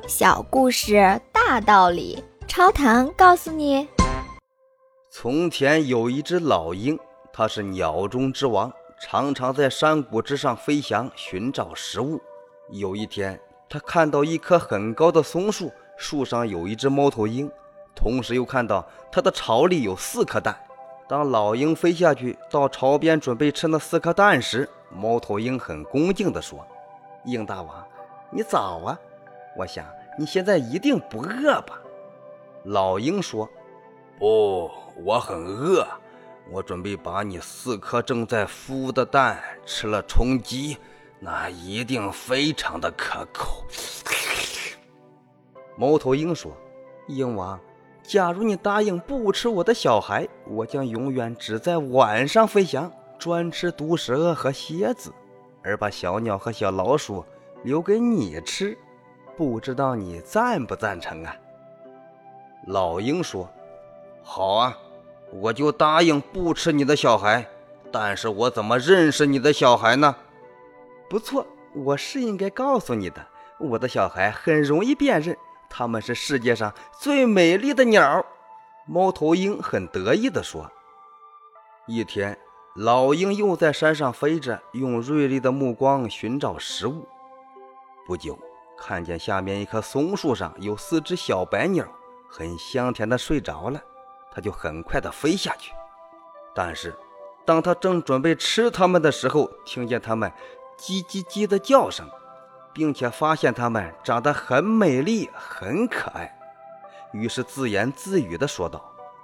小故事大道理，超糖告诉你。 从前有一只老鹰，它是鸟中之王，常常在山谷之上飞翔，寻找食物。有一天，它看到一棵很高的松树，树上有一只猫头鹰，同时又看到它的巢里有4颗蛋。当老鹰飞下去到巢边准备吃那4颗蛋时，猫头鹰很恭敬地说：鹰大王，你早啊，我想你现在一定不饿吧？老鹰说：不，我很饿，我准备把你4颗正在孵的蛋吃了充饥，那一定非常的可口。猫头鹰说：鹰王，假如你答应不吃我的小孩，我将永远只在晚上飞翔，专吃毒蛇和蝎子，而把小鸟和小老鼠留给你吃，不知道你赞不赞成啊？老鹰说：好啊，我就答应不吃你的小孩，但是我怎么认识你的小孩呢？不错，我是应该告诉你的，我的小孩很容易辨认，他们是世界上最美丽的鸟。猫头鹰很得意地说。一天，老鹰又在山上飞着，用锐利的目光寻找食物。不久，看见下面一棵松树上有4只小白鸟，很香甜地睡着了，他就很快地飞下去。但是当他正准备吃它们的时候，听见它们叽叽叽的叫声，并且发现它们长得很美丽很可爱，于是自言自语地说道：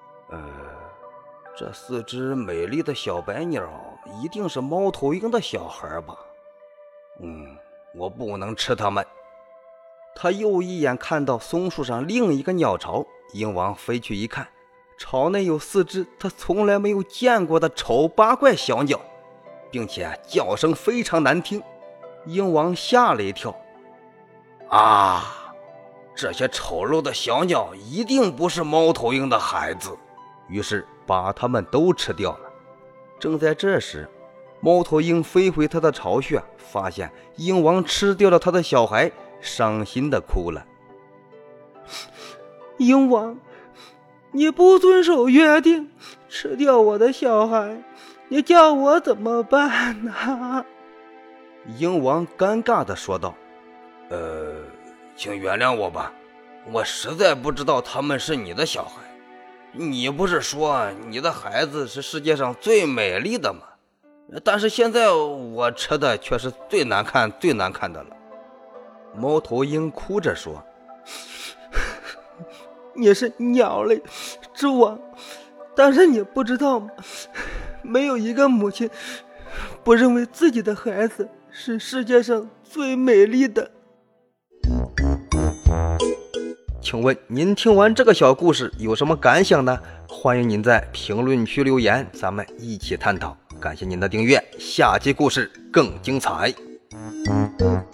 这4只美丽的小白鸟一定是猫头鹰的小孩吧？我不能吃它们。他又一眼看到松树上另一个鸟巢，鹰王飞去一看，巢内有4只他从来没有见过的丑八怪小鸟，并且叫声非常难听。鹰王吓了一跳，这些丑陋的小鸟一定不是猫头鹰的孩子，于是把它们都吃掉了。正在这时，猫头鹰飞回它的巢穴，发现鹰王吃掉了它的小孩，伤心地哭了。 鹰王，你不遵守约定，吃掉我的小孩，你叫我怎么办呢？ 鹰王尴尬地说道：请原谅我吧，我实在不知道他们是你的小孩。你不是说你的孩子是世界上最美丽的吗？但是现在我吃的却是最难看的了。猫头鹰哭着说： 你是鸟类之王，但是你不知道吗？没有一个母亲不认为自己的孩子是世界上最美丽的。 请问您听完这个小故事有什么感想呢？欢迎您在评论区留言，咱们一起探讨。感谢您的订阅，下期故事更精彩。